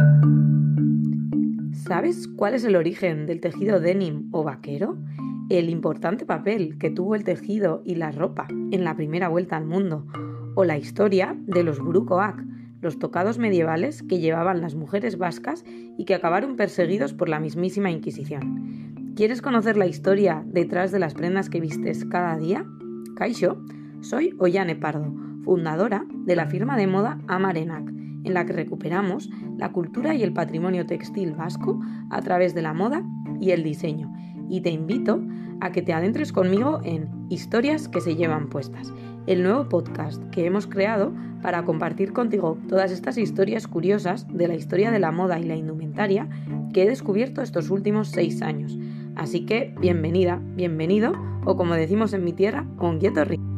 ¿Sabes cuál es el origen del tejido denim o vaquero? El importante papel que tuvo el tejido y la ropa en la primera vuelta al mundo, o la historia de los burukoak, los tocados medievales que llevaban las mujeres vascas y que acabaron perseguidos por la mismísima Inquisición. ¿Quieres conocer la historia detrás de las prendas que vistes cada día? Kaixo, soy Ollane Pardo, fundadora de la firma de moda Amarenak, en la que recuperamos la cultura y el patrimonio textil vasco a través de la moda y el diseño. Y te invito a que te adentres conmigo en Historias que se llevan puestas, el nuevo podcast que hemos creado para compartir contigo todas estas historias curiosas de la historia de la moda y la indumentaria que he descubierto estos últimos 6 años. Así que bienvenida, bienvenido, o como decimos en mi tierra, ongi etorri.